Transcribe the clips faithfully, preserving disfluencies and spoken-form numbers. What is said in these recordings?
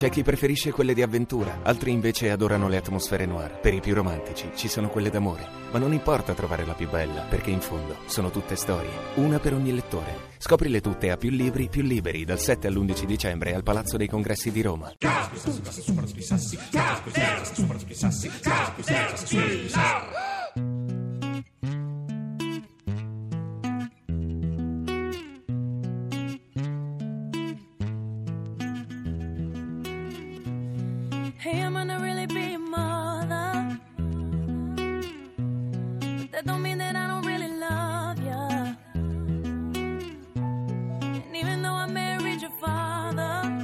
C'è chi preferisce quelle di avventura, altri invece adorano le atmosfere noir. Per i più romantici ci sono quelle d'amore, ma non importa trovare la più bella, perché in fondo sono tutte storie, una per ogni lettore. Scoprile tutte a Più Libri, Più Liberi, dal sette all'undici dicembre al Palazzo dei Congressi di Roma. Hey, I'm gonna really be a mother, but that don't mean that I don't really love ya. And even though I married your father,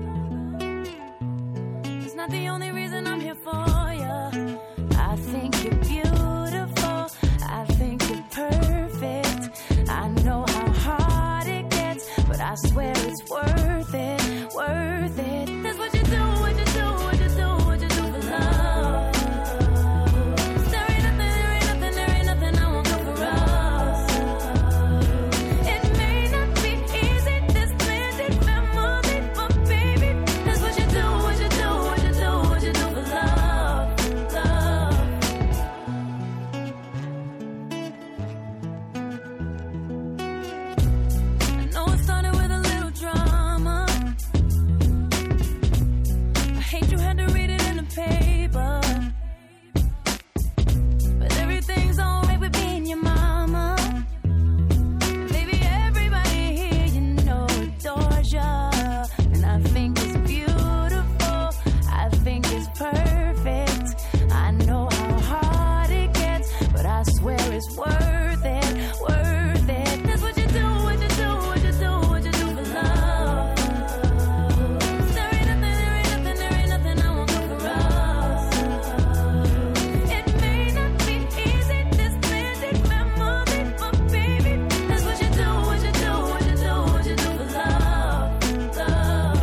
it's not the only reason I'm here for ya. I think you're beautiful, I think you're perfect. I know how hard it gets, but I swear it's worth it, worth it. That's what you do, what you do, what you do, what you do for love. There ain't nothing, there ain't nothing, there ain't nothing I won't do for us. It may not be easy, this splendid family, but baby, that's what you do, what you do, what you do, what you do for love, love. I know it started with a little drama. I hate you had to read it in the paper, but everything's alright with being your mama. Baby, everybody here you know adores ya, and I think it's beautiful, I think it's perfect. I know how hard it gets, but I swear it's worth it, worth it. That's what you do, what you do, what you do, what you do for love. There ain't nothing, there ain't nothing, there ain't nothing I won't do for us. It may not be easy, this splendid family, but baby, that's what you do, what you do, what you do, what you do for love, love,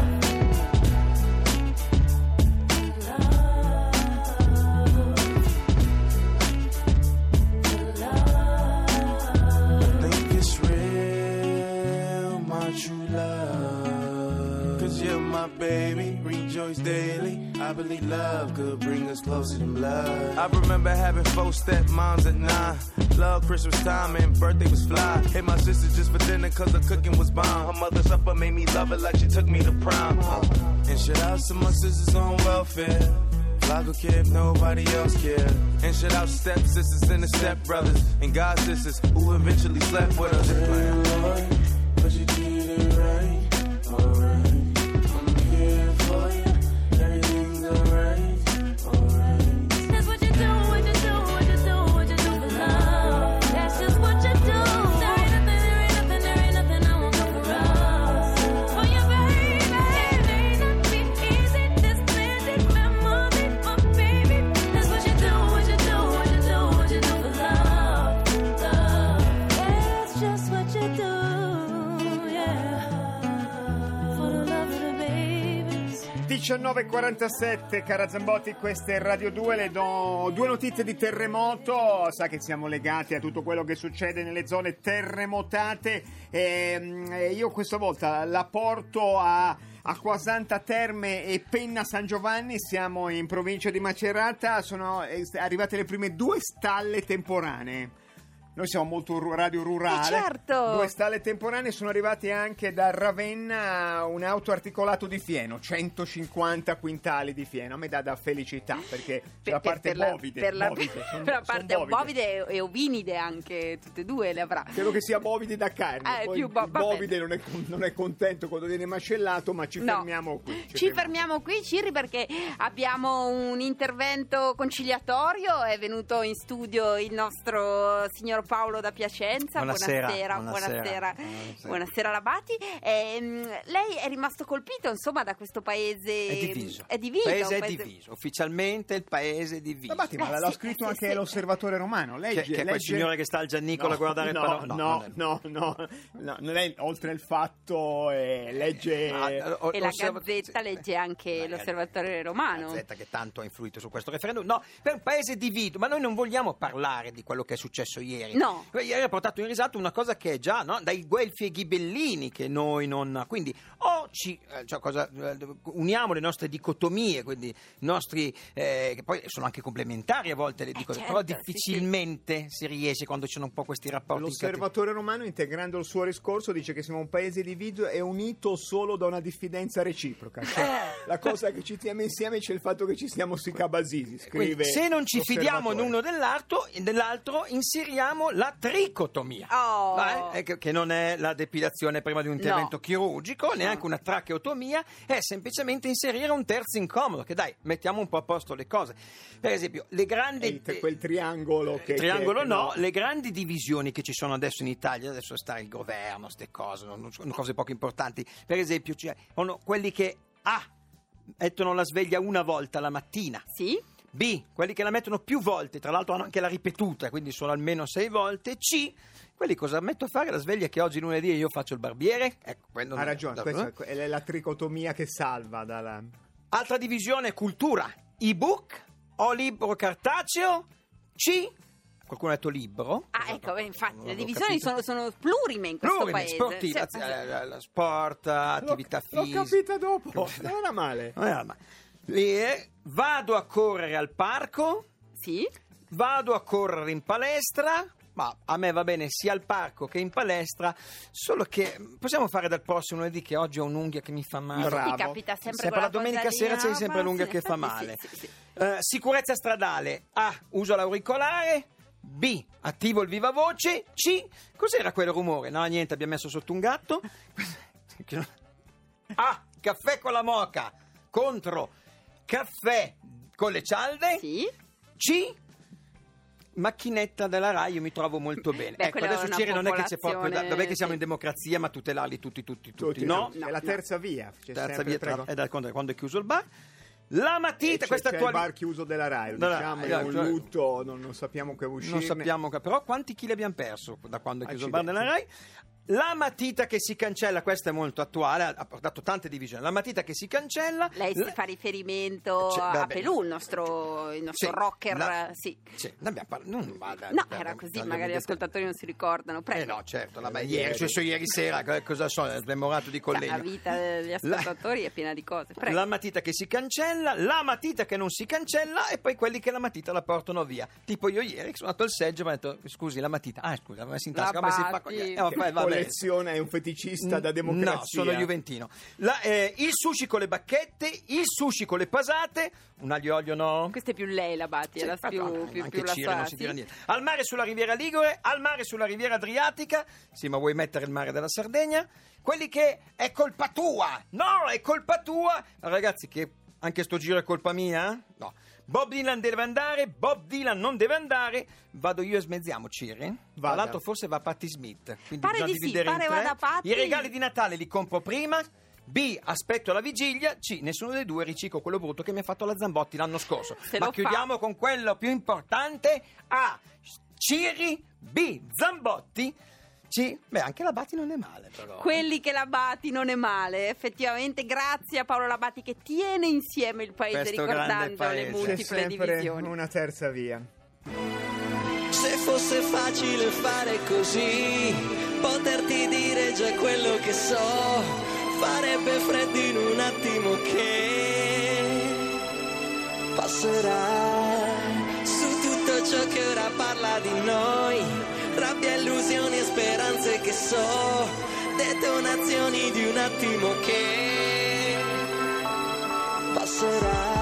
love. Think it's real, my true love. Cause you're my baby, rejoice daily. I believe love could bring us closer than blood. I remember having four stepmoms at nine. Love Christmas time and birthday was fly. Hit my sister just for dinner cause the cooking was bomb. Her mother supper made me love her like she took me to prom. And shout out to my sisters on welfare. I could care if nobody else cared. And shout out step sisters and the step brothers and god sisters who eventually slept with us. Lord, but you did it right, alright. I'm here for you, everything's alright, alright. That's what you do, what you do, what you do, what you do for love. That's just what you do. There ain't nothing, there ain't nothing, there ain't nothing I won't do for us. For you, baby, it may not be easy, this splendid family, but baby, that's what you do, what you do, what you do, what you do for love, love. That's just what you do, yeah. For the love of the babies. diciannove e quarantasette, cara Zambotti, questa è Radio due, le do due notizie di terremoto. Sa che siamo legati a tutto quello che succede nelle zone terremotate, e io questa volta la porto a Acquasanta Terme e Penna San Giovanni. Siamo in provincia di Macerata, sono arrivate le prime due stalle temporanee. Noi siamo molto ru- radio rurale. Eh certo. Due stalle temporanee sono arrivate anche da Ravenna, un auto articolato di fieno, centocinquanta quintali di fieno. A me dà da felicità perché c'è la parte per la- bovide, per la, bovide, son- per la son parte bovide. bovide e ovinide anche, tutte e due le avrà. Credo che sia bovidi da carne. Eh, Poi più bo- il va bene. bovide non è, non è contento quando viene macellato, ma ci No. fermiamo qui. Ci fermiamo qui, Cirri, perché abbiamo un intervento conciliatorio. È venuto in studio il nostro signor Paolo da Piacenza. Buonasera, buonasera, buonasera, buonasera, buonasera. buonasera Labati. Ehm, lei è rimasto colpito, insomma, da questo paese. È diviso. È diviso. Il paese un è paese- diviso. Ufficialmente il paese è diviso. Labati, ma Eh, l'ha sì, scritto eh, anche sì. l'Osservatore Romano. Legge, Che, che è quel legge... signore che sta al Giannicolo a guardare il no, panorama. no, non è- no, no, no, non è oltre il fatto, eh, legge... Ah, o- E la osserva- Gazzetta sì. legge anche La l'Osservatore Romano. Gazzetta che tanto ha influito su questo referendum. No, per un paese diviso, ma noi non vogliamo parlare di quello che è successo ieri. ieri. No. Ieri ha portato in risalto una cosa che è già, no? Dai Guelfi e Ghibellini che noi non... Quindi o ci eh, cioè, cosa, eh, uniamo le nostre dicotomie, quindi i nostri... Eh, che poi sono anche complementari a volte le dicotomie, certo, però difficilmente si riesce quando ci sono un po' questi rapporti. L'osservatore romano, integrando il suo discorso, dice che siamo un paese diviso e unito solo da una diffidenza reciproca. Cioè, la cosa che ci tiene insieme c'è il fatto che ci siamo sui cabasisi. Scrive Quindi, se non ci fidiamo l'osservatore. l'uno dell'altro, dell'altro inseriamo la tricotomia, Oh. eh, che, che non è la depilazione prima di un intervento No. chirurgico, neanche una tracheotomia, è semplicemente inserire un terzo incomodo, che dai, mettiamo un po' a posto le cose. Per esempio, le grandi... E quel triangolo che... Triangolo che- no, le grandi divisioni che ci sono adesso in Italia, adesso sta il governo, queste cose, non- non sono cose poco importanti. Per esempio, cioè, sono quelli che A, mettono la sveglia una volta la mattina, Sì? B, quelli che la mettono più volte, tra l'altro hanno anche la ripetuta, quindi sono almeno sei volte, C, quelli cosa metto a fare la sveglia che oggi lunedì io faccio il barbiere. Ecco, quello Ha non- ragione, no, questa no. è la tricotomia che salva dalla... Altra divisione, cultura, ebook o libro cartaceo, C, qualcuno ha detto libro. Ah, ecco, beh, infatti, Non le avevo divisioni capito. sono, sono plurime in questo Plurime, paese. sportiva, Cioè, eh, la- la sport, attività L'ho fisica. capita dopo, non era male. Non era male. E vado a correre al parco, Sì? vado a correre in palestra, ma a me va bene sia al parco che in palestra, solo che possiamo fare dal prossimo lunedì che oggi ho un'unghia che mi fa male. Bravo. Ti capita sempre Sempre quella la domenica cosa sera lì, c'è ah, sempre ma l'unghia sì, che fa infatti male. sì, sì, sì. Eh, sicurezza stradale, A, uso l'auricolare, B, attivo il viva voce, C, cos'era quel rumore? No, niente, abbiamo messo sotto un gatto. A, caffè con la moka contro caffè con le cialde. Sì? C, macchinetta della Rai, io mi trovo molto bene. Beh, ecco, quella è adesso una Ciri non è che c'è proprio, popolazione, dov'è che siamo sì. in democrazia, ma tutelarli tutti, tutti, tutti, Tutti, no? no, è la terza via. C'è Terza sempre, via, prego. è da quando, quando è chiuso il bar. La E matita, c'è, questa c'è attuale... il bar chiuso della Rai, lo Della- diciamo, è eh, un cioè- lutto, non, non sappiamo che uscire. Non sappiamo, che- però quanti chili abbiamo perso da quando è chiuso il bar Accidenti. della Rai? La matita che si cancella, questa è molto attuale, ha portato tante divisioni. La matita che si cancella. Lei la- si fa riferimento Cioè, a vabbè. Pelù, il nostro, il nostro Sì, rocker. la- sì. Sì, ne abbiamo parlato. Non vada- No, da- era da- così, dalle- magari gli ascoltatori non si ricordano. Prego. Eh no, certo, vabbè, Eh, ieri, ieri. cioè, so, ieri sera, co- cosa so, è smemorato di La collegno. vita degli ascoltatori è piena di cose. Prego. La matita che si cancella, la matita che non si cancella e poi quelli che la matita la portano via. Tipo io ieri sono andato al seggio e mi ho detto scusi la matita. Ah scusa, ma si in tasca, La come si fa? batti. Eh, Che vabbè, vabbè. collezione, è un feticista da democrazia. No, sono juventino. La- eh, il sushi con le bacchette, il sushi con le pasate, un aglio e olio no? Questa è più lei, la Batti, Sì, è la infatti, più, no, più, anche più la Ciri sa, non si sì. dirà niente. Al mare sulla riviera Ligure, al mare sulla riviera Adriatica. Sì, ma vuoi mettere il mare della Sardegna? Quelli che è colpa tua. No, è colpa tua. Ragazzi, che anche sto giro è colpa mia? No. Bob Dylan deve andare, Bob Dylan non deve andare. Vado io e smezziamo, Ciri. Tra Vada. l'altro forse va Patti Smith. Quindi Pare bisogna di sì, dividere in pare tre. vada Patti. I regali di Natale li compro prima. B, aspetto la vigilia. C, nessuno dei due riciclo quello brutto che mi ha fatto la Zambotti l'anno scorso. Se Ma lo fa. chiudiamo con quello più importante. A, Ciri. B, Zambotti. C, beh, anche la Batti non è male però. Quelli che la Batti non è male, effettivamente. Grazie a Paolo Labati che tiene insieme il paese Questo grande ricordando paese. le C'è multiple sempre divisioni. una terza via. Se fosse facile fare così, poterti dire già quello che so, farebbe freddo in un attimo che passerà. Su tutto ciò che ora parla di noi, rabbia, illusioni e speranze che so, detonazioni di un attimo che passerà.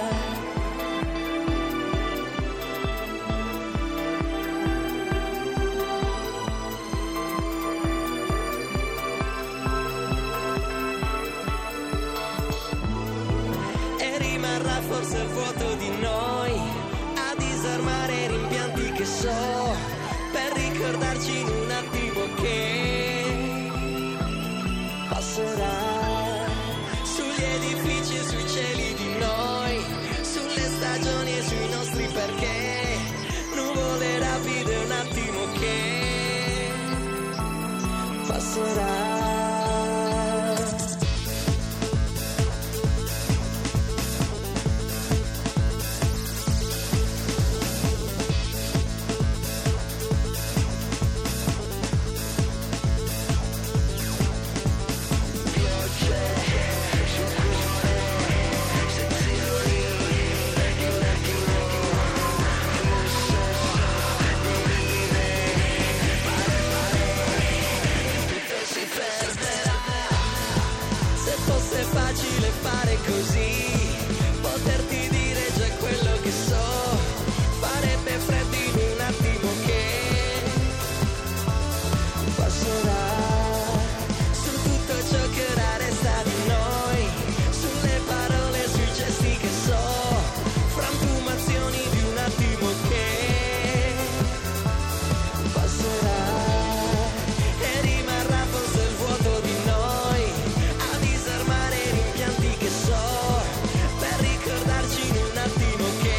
E rimarrà forse il vuoto di noi a disarmare i rimpianti che so, per ricordarci in un attimo che passerà. Sugli edifici e sui cieli di noi, sulle stagioni e sui nostri perché, nuvole rapide un attimo che passerà. così, poterti dire già quello che so, farebbe freddo in un attimo che passerà, su tutto ciò che ora resta di noi, sulle parole, sui gesti che so, frantumazioni di un attimo che passerà. E rimarrà forse il vuoto di noi a disarmare i rimpianti che so, per ricordarci in un attimo che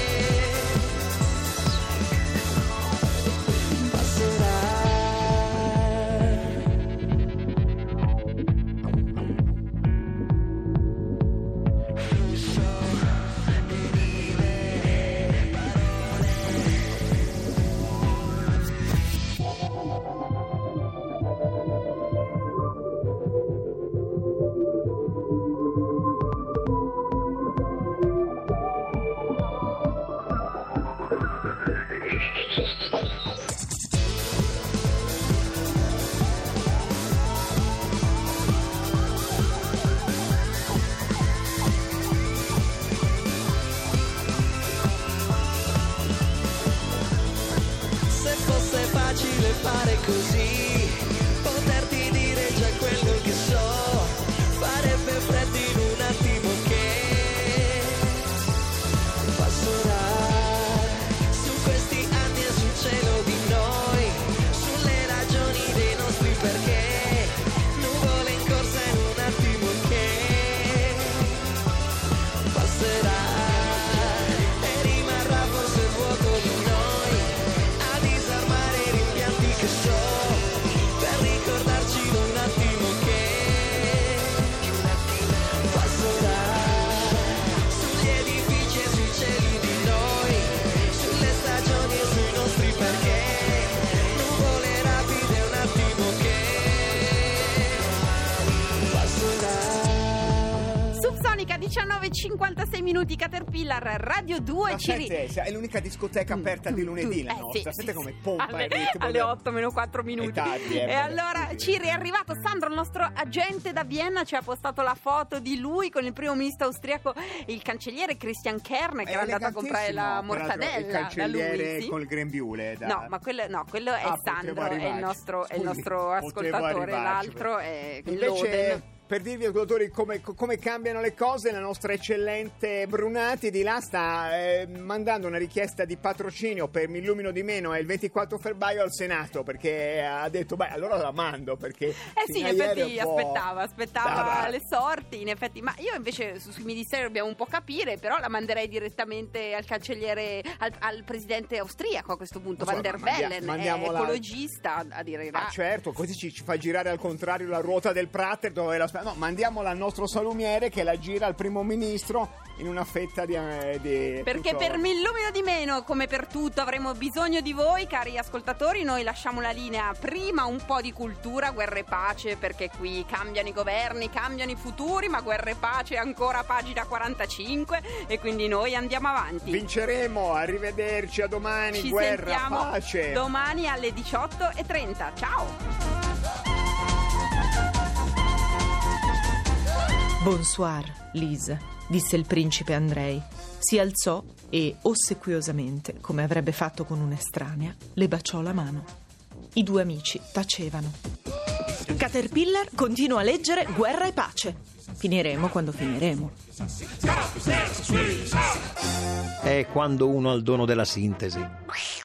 passerà. Se fosse facile fare così, poterti dire già quello che so, farebbe freddo in un attimo che passerà, su questi anni e sul cielo di noi, sulle ragioni dei nostri perché, nuvole in corsa in un attimo che passerà. E rimarrà forse il vuoto di noi a disarmare i rimpianti che so, per ricordarci in un attimo che passerà, sugli edifici e sui cieli di noi, sulle stagioni e sui nostri perché, nuvole rapide un attimo che passerà. Subsonica diciannove e cinquantasei minuti, Caterpillar, Radio due. Ma ci ri- sente, è l'unica discoteca aperta di lunedì la Eh, nostra. sì, Sente sì, come sì. pompa alle, il ritmo alle del- otto meno quattro minuti. È tardi, eh, e vabbè. allora Ciri è arrivato. Sandro, il nostro agente da Vienna, ci ha postato la foto di lui con il primo ministro austriaco, il cancelliere Christian Kern, che È era andato a comprare la elegantissimo, peraltro, mortadella il da cancelliere lui, sì. col grembiule da- No, ma quello, no, quello è Ah, potevo Sandro, è il arrivarci. nostro, è il Scusi, nostro potevo ascoltatore, arrivarci, l'altro è il Invece, Loden. per dirvi ascoltatori come, come cambiano le cose, la nostra eccellente Brunati di là sta eh, mandando una richiesta di patrocinio per Mi illumino di meno è il ventiquattro febbraio al Senato, perché ha detto beh allora la mando, perché Eh sì, in fino a ieri effetti è un po'- aspettava, aspettava Ah, beh. le sorti, in effetti, ma io invece su- sui ministeri dobbiamo un po' capire, però la manderei direttamente al cancelliere, al, al presidente austriaco a questo punto, Van Insomma, der mandia- Bellen, è mandiamola- ecologista a dire Ah certo, così ci, ci fa girare al contrario la ruota del Prater dove la... No, mandiamola al nostro salumiere che la gira al primo ministro in una fetta di... eh, di Perché tutto- per Mi illumino di meno, come per tutto, avremo bisogno di voi, cari ascoltatori. Noi lasciamo la linea, prima un po' di cultura, guerra e pace, perché qui cambiano i governi, cambiano i futuri, ma guerra e pace è ancora pagina quarantacinque e quindi noi andiamo avanti. Vinceremo, arrivederci, a domani, Ci guerra, sentiamo pace. domani alle diciotto e trenta. Ciao! Bonsoir, Lise, disse il principe Andrei. Si alzò e, ossequiosamente, come avrebbe fatto con un'estranea, le baciò la mano. I due amici tacevano. Caterpillar continua a leggere Guerra e pace. Finiremo quando finiremo. È quando uno ha il dono della sintesi.